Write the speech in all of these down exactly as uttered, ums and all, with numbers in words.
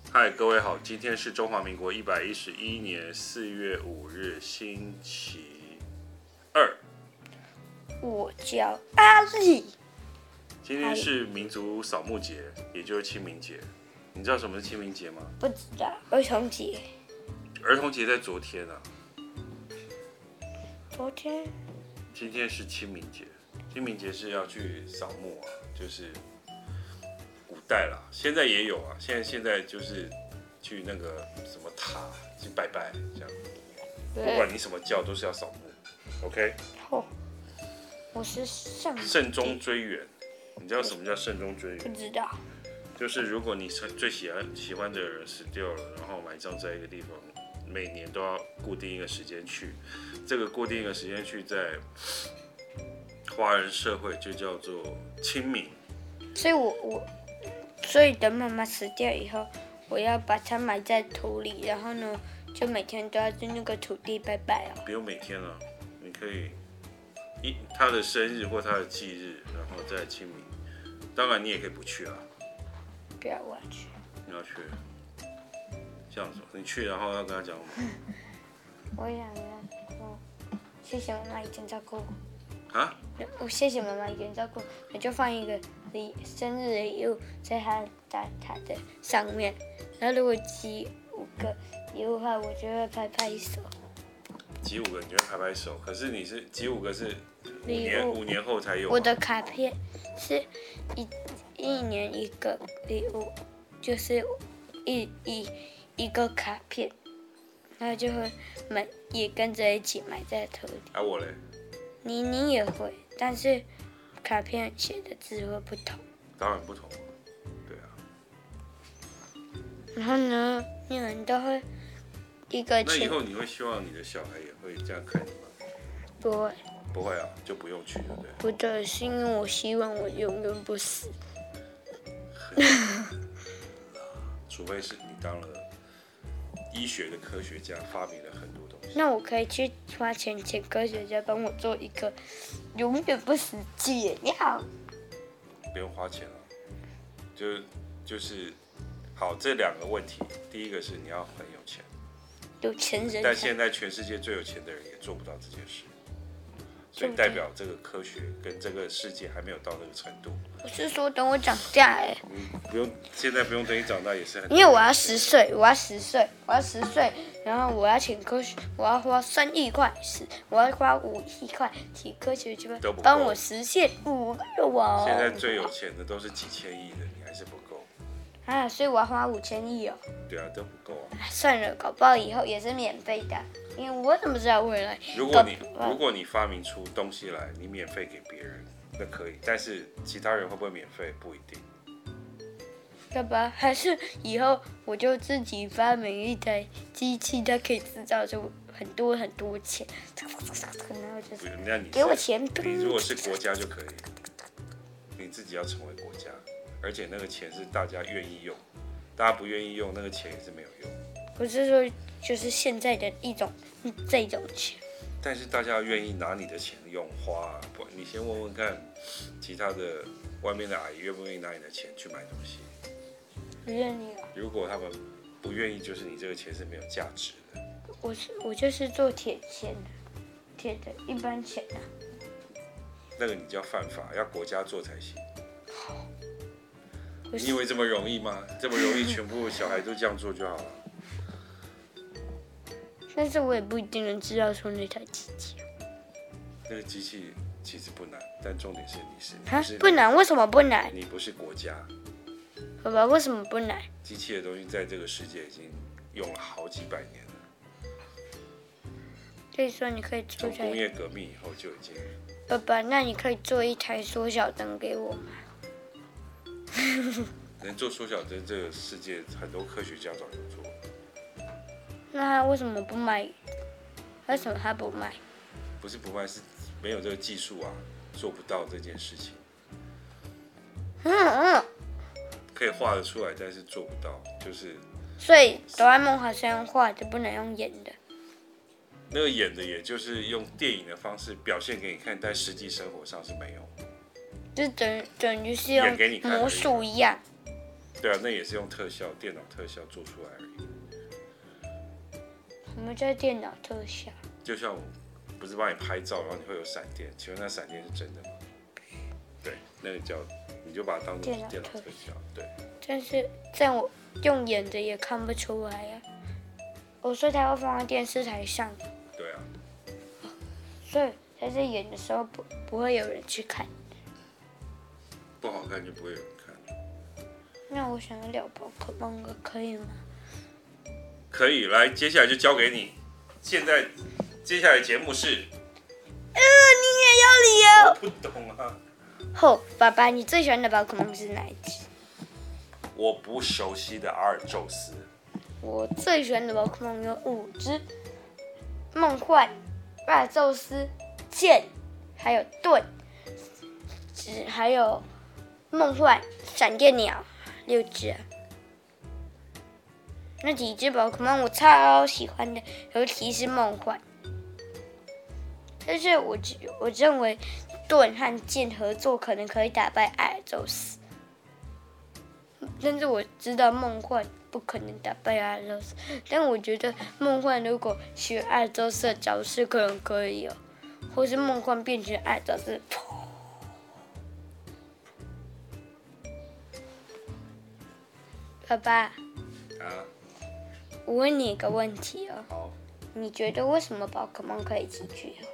嗨，各位好，今天是中华民国一百一十一年四月五日，星期二。 我叫阿丽。 今天是民族扫墓节，也就是清明节。你知道什么是清明节吗？ 不知道，儿童节。 儿童节在昨天啊。 昨天。 今天是清明节，清明节是要去扫墓啊，就是古代啦，现在也有啊，现在现在就是去那个什么塔去拜拜这样，不管你什么教都是要扫墓 ，OK？ 哦，我是上慎终追远，你知道什么叫慎终追远？ 不知道。 就是如果你最喜欢喜欢的人死掉了，然后埋葬在一个地方，每年都要固定一个时间去，这个固定一个时间去在华人社会就叫做清明。 所以我我所以等妈妈死掉以后，我要把它埋在土里，然后呢，就每天都要去那个土地拜拜哦。 不用每天啊，你可以一他的生日或他的忌日，然后再清明。当然你也可以不去啊。 不要，我要去。 你要去？这样子，你去然后要跟他讲什么？ 我想要说，谢谢妈妈以前照顾我。 啊？ 我谢谢妈妈以前照顾，我就放一个礼生日的礼物在她在她的上面。然后如果集五个礼物的话，我就会拍拍手。 集五个你就会拍拍手，可是你是集五个是五年五年后才有。 我的卡片是一一年一个礼物，就是一一一个卡片，然后就会埋也跟着一起埋在土里。 啊我嘞？ 你你也会，但是卡片写的字会不同。 当然不同，对啊。 然后呢，你们都会一个。 那以后你会希望你的小孩也会这样看你吗？ 不会。 不会啊，就不用去，对不对？ 不对，是因为我希望我永远不死。 除非是你当了医学的科学家，发明了很多东西。 那我可以去花钱请科学家帮我做一个永远不死解药。 不用花钱了，就就是好这两个问题，第一个是你要很有钱， 有钱人。 但现在全世界最有钱的人也做不到这件事。所以代表这个科学跟这个世界还没有到那个程度。 我是说等我长大哎。 嗯，不用，现在不用等你长大也是很。 因为我要十岁，我要十岁，我要十岁，然后我要请科学，我要花三亿块，十，我要花五亿块请科学家帮我实现五个愿望。 现在最有钱的都是几千亿的，你还是不够。 啊，所以我要花五千亿哦。 对啊，都不够啊。 算了，搞不好以后也是免费的。因为我怎么知道未来？ 如果你如果你发明出东西来，你免费给别人，那可以，但是其他人会不会免费不一定。 干嘛？还是以后我就自己发明一台机器，它可以制造出很多很多钱，然后就是给我钱。 你如果是国家就可以，你自己要成为国家，而且那个钱是大家愿意用，大家不愿意用，那个钱也是没有用。 我是说，就是现在的一种这种钱。 但是大家愿意拿你的钱用花、啊，不，你先问问看，其他的外面的阿姨愿不愿意拿你的钱去买东西？ 不愿意啊。 如果他们不愿意，就是你这个钱是没有价值的。 我是我就是做铁钱的，铁的一般钱啊。 那个你叫犯法，要国家做才行。你以为这么容易吗？这么容易，全部小孩都这样做就好了。 但是我也不一定能知道说那台机器。 那个机器其实不难，但重点是你是啊不难，为什么不难？ 你不是国家。 好吧，为什么不难？ 机器的东西在这个世界已经用了好几百年了。 所以说你可以做。 从工业革命以后就已经。 爸爸，那你可以做一台缩小灯给我吗？ 能做缩小灯，这个世界很多科学家早就做了。 那他为什么不卖？为什么他不卖？ 不是不卖，是没有这个技术啊，做不到这件事情。 嗯嗯。 可以画得出来，但是做不到，就是。 所以哆啦 A 梦还是用画的，不能用演的。 那个演的，也就是用电影的方式表现给你看，但实际生活上是没有。 就等等于是用魔术一样。 对啊，那也是用特效、电脑特效做出来而已。 什么叫电脑特效？ 就像我不是帮你拍照，然后你会有闪电，请问那闪电是真的吗？对，那个叫你就把它当做是电脑特效，对。 但是这样我用演的也看不出来呀、啊。我说他会放在电视台上。 对啊。 所以在这演的时候不不会有人去看。 不好看就不会有人看。 那我想要聊宝可梦了，可以吗？ 可以，来，接下来就交给你。现在接下来节目是。 呃，你也要理由？ 我不懂啊。 吼，爸爸，你最喜欢的宝可梦是哪一只？ 我不熟悉的阿尔宙斯。 我最喜欢的宝可梦有五只：梦幻、阿尔宙斯、剑，还有盾，还有梦幻、闪电鸟，六只、啊。那几只宝可梦我超喜欢的，尤其是梦幻。但是我我认为盾和剑合作可能可以打败阿尔宙斯。但是我知道梦幻不可能打败阿尔宙斯，但我觉得梦幻如果学阿尔宙斯的招式可能可以哦，或是梦幻变成阿尔宙斯。爸爸， 啊， 我问你一个问题哦， 好， 你觉得为什么宝可梦可以集聚化？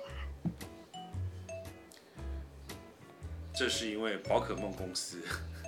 这是因为宝可梦公司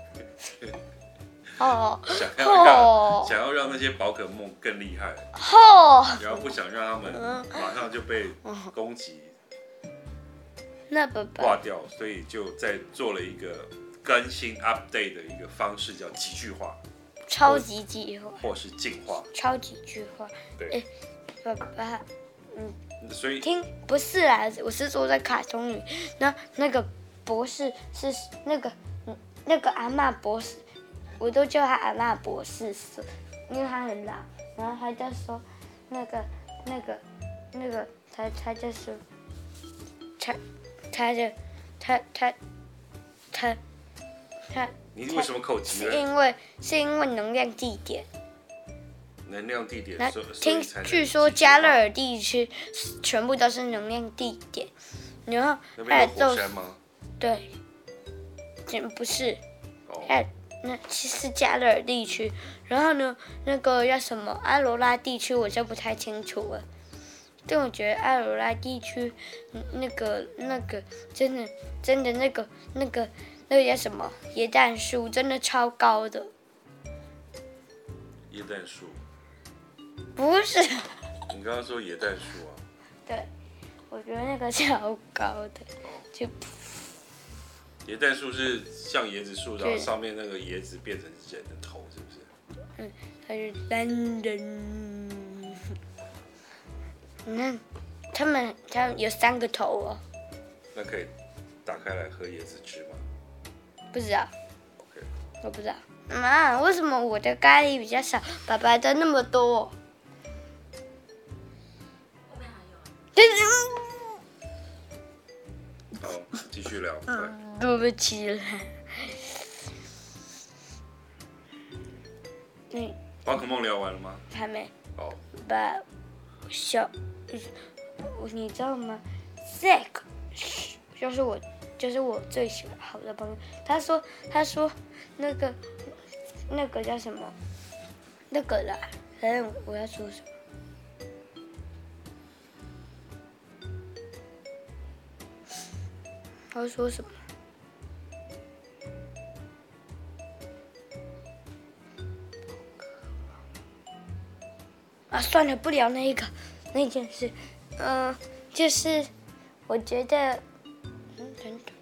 哦， 想要让想要让那些宝可梦更厉害， 哦， 然后不想让他们马上就被攻击那爸爸挂掉，所以就在做了一个更新 update 的一个方式，叫集聚化， 超级计划， 或是进化。 超级计划。 对， 哎，爸爸，嗯， 所以听不是啦，我是说在卡通里，那那个博士是那个嗯那个阿嬷博士，我都叫他阿嬷博士，因为他很老，然后他就说那个那个那个他他就说他他就他他他他。 你为什么口急是呢？ 因为是因为能量地点。 能量地点， 那所听所以才能据说集聚化加勒尔地区全部都是能量地点，然后那边有还有宙火山吗？ 对，嗯不是， 哦， 还有那其实加勒尔地区，然后呢那个叫什么阿罗拉地区我就不太清楚了。但我觉得阿罗拉地区，嗯那个那个真的真的那个那个那个叫什么椰蛋树真的超高的。 椰蛋树。 不是。 你刚刚说椰蛋树啊？ 对，我觉得那个超高的，就椰蛋树是像椰子树，然后是上面那个椰子变成人的头，是不是？ 嗯，它是单人。那他们他们有三个头哦。 那可以打开来喝椰子汁吗？ 不知道。 OK。 我不知道。妈，为什么我的咖喱比较少，爸爸的那么多？ 后面还有啊。 好，继续聊。 嗯，对不起了。嗯， 宝可梦聊完了吗？ 还没。 好。 把小，我你知道吗 ？Zack 就是我，就是我最喜欢好的朋友。他说，他说那个那个叫什么？那个啦，反正我要说什么？他会说什么？啊，算了，不聊那个那件事。嗯、呃，就是我觉得，嗯，等等，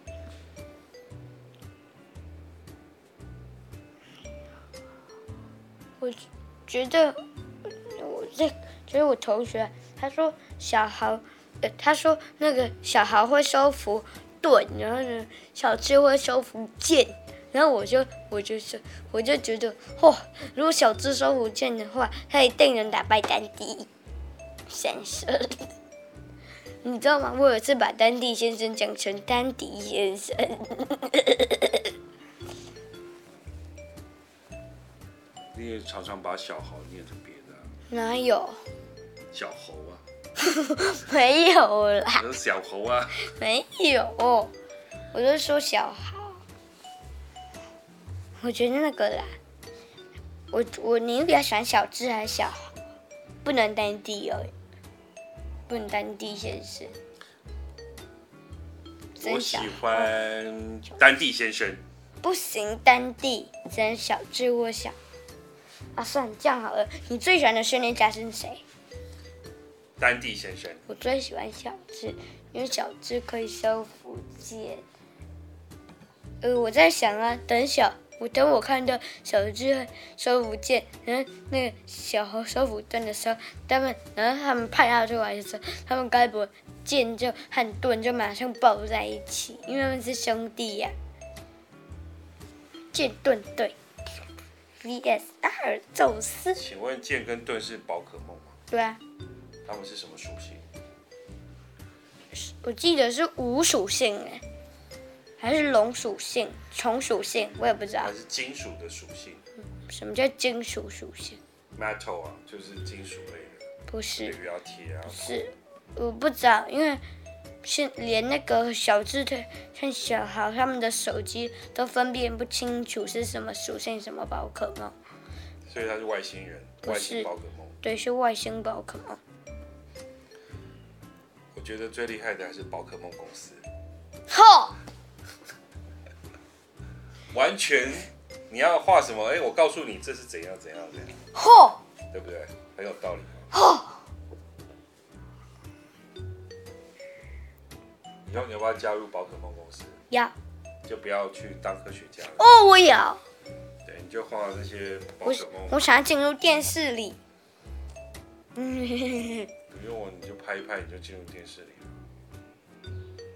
我觉得我这就是我同学，他说小豪，呃，他说那个小豪会收服盾，然后呢，小智会收服剑。然后我就我就是我就觉得，嚯、哦！如果小智收服剑的话，他一定能打败丹帝先生。你知道吗？我有一次把丹帝先生讲成丹迪先生。 你也常常把小豪念成别的、啊。 哪有？ 小猴啊。 没有啦。 有小猴啊。 没有，我就说小豪。我觉得那个啦，我我你比较喜欢小智还是小豪？不能单地哦，不能单地先生。 我喜欢丹地先生。 不行，丹地只能小智或小。啊，算了，这样好了。你最喜欢的训练家是谁？ 丹地先生。 我最喜欢小智，因为小智可以收福剑。呃，我在想啊，等小我等我看到小智收福剑，然后那个小猴收福盾的时候，他们然后他们派他出来的时候，他们该不会剑就和盾就马上抱在一起，因为他们是兄弟呀、啊。剑盾队 V S 阿尔宙斯。 请问剑跟盾是宝可梦吗？ 对啊。 他们是什么属性？ 我记得是无属性哎，还是龙属性、虫属性，我也不知道。 还是金属的属性？ 嗯、什么叫金属属性 ？Metal 啊，就是金属类的。 不是。 比如要铁啊。 是，我不知道，因为现连那个小智的和小豪他们的手机都分辨不清楚是什么属性什么宝可梦。 所以他是外星人，外星宝可梦。 对，是外星宝可梦。 我觉得最厉害的还是宝可梦公司。 吼！ 完全，你要画什么？哎、欸，我告诉你这是怎样怎样怎样。 吼！ 对不对？很有道理。 吼！ 以后你要不要加入宝可梦公司？ 要。 就不要去当科学家了。 哦，我要。 对，你就画那些宝可梦。 我, 我想要进入电视里。嗯。 不用，你就拍一拍，你就进入电视里了。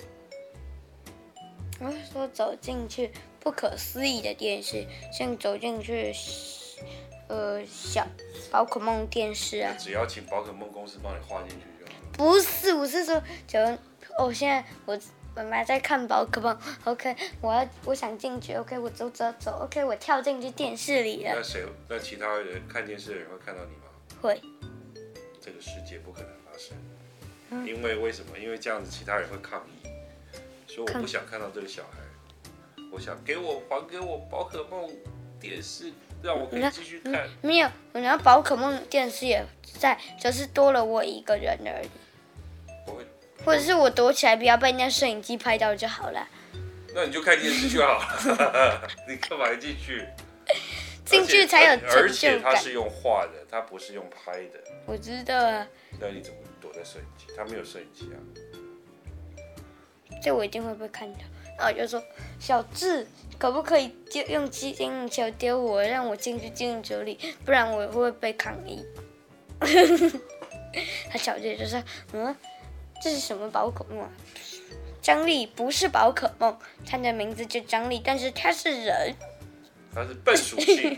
我是说走进去不可思议的电视，像走进去，呃，小宝可梦电视啊。 只要请宝可梦公司帮你画进去就好。 不是，我是说，假如哦，现在我妈妈在看宝可梦 ，OK， 我要我想进去 ，OK， 我走走走 ，OK， 我跳进去电视里了。 那谁？那其他人看电视的人会看到你吗？ 会。 这个世界不可能发生，嗯、因为为什么？因为这样子其他人会抗议，说我不想看到这个小孩，我想给我还给我宝可梦电视，让我可以继续看。嗯、 没有，然后宝可梦电视也在，就是多了我一个人而已。 我会， 或者是我躲起来，不要被那摄影机拍到就好了。 那你就看电视就好了，你干嘛进去？ 进去才有成就感。 而且它是用画的，它不是用拍的。 我知道啊。 那你怎么躲在摄影机？它没有摄影机啊。 这我一定会被看到。然后我就说：“小智，可不可以就用精灵球丢我，让我进去精灵球里，不然我会被抗议。”他小智就说：“嗯，这是什么宝可梦啊？张力不是宝可梦，它的名字叫张力，但是它是人。” 它是笨属性，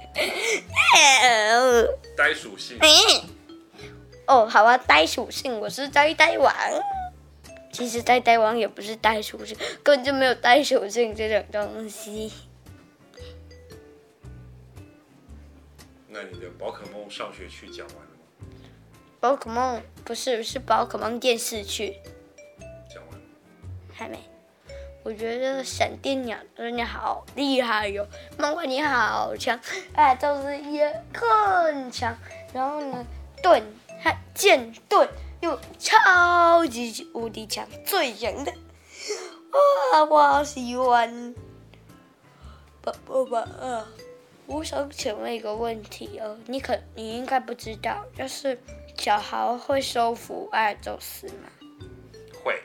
呆属性。 哦，好啊，呆属性，我是呆呆王。其实呆呆王也不是呆属性，根本就没有呆属性这种东西。 那你的宝可梦上学去讲完了吗？ 宝可梦不是，是宝可梦电视去。 讲完了？ 还没。我觉得闪电鸟真的好厉害哟、哦，梦幻你好强，哎，宙斯也更强。然后呢，盾和剑盾又超级无敌强，最强的。哇，我好喜欢。爸爸爸啊，我想请问一个问题哦，你可你应该不知道，就是小豪会收服阿尔宙斯吗？ 会。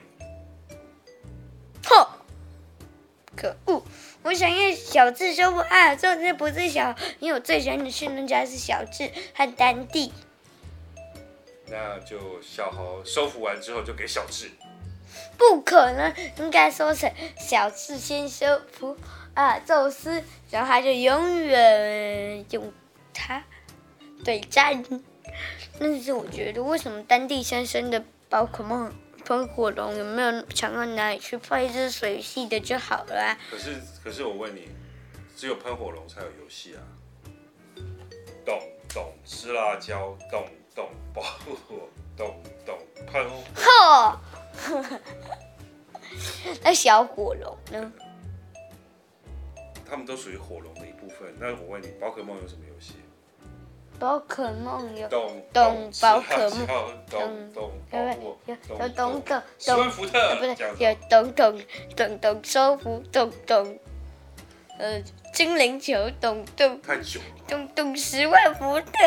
哼。可恶！我想要小智收服阿尔宙斯，不是小，因为我最喜欢的训练家是小智和丹帝。 那就小豪收服完之后就给小智。 不可能，应该说成小智先收服阿尔宙斯，然后他就永远用它对战。但是我觉得，为什么丹帝先生的宝可梦？喷火龙有没有想到哪里去放一只水系的就好了啊？ 可是可是我问你，只有喷火龙才有游戏啊？ 咚咚，吃辣椒，咚咚，保护我，咚咚，喷火。 吼！那小火龙呢？ 他们都属于火龙的一部分。那我问你，宝可梦有什么游戏？ 宝可梦有咚咚，宝可梦咚咚， 有有有咚咚十万伏特， 不是有咚咚咚咚收服咚咚，呃，精灵球咚咚， 太久了， 咚咚十万伏特。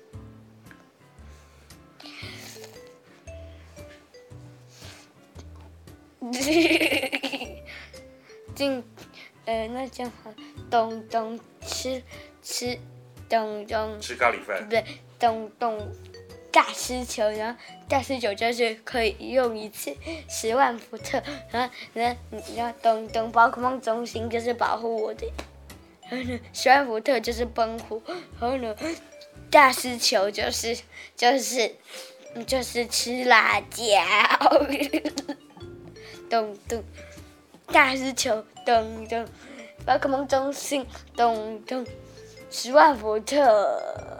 进，呃，那这样好，咚咚吃吃，咚咚吃咖喱饭， 不对，咚咚大师球，然后大师球就是可以用一次十万伏特，然后然后然后咚咚宝可梦中心就是保护我的，然后呢十万伏特就是喷火，然后呢大师球就是就是就是吃辣椒。咚咚，大师球咚咚，宝可梦中心咚咚，十万伏特。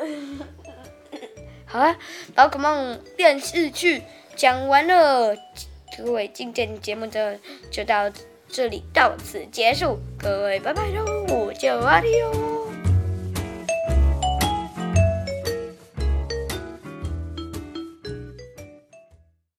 好了，宝可梦电视剧讲完了，各位今天的节目就就到这里到此结束，各位拜拜喽，我叫阿迪哦。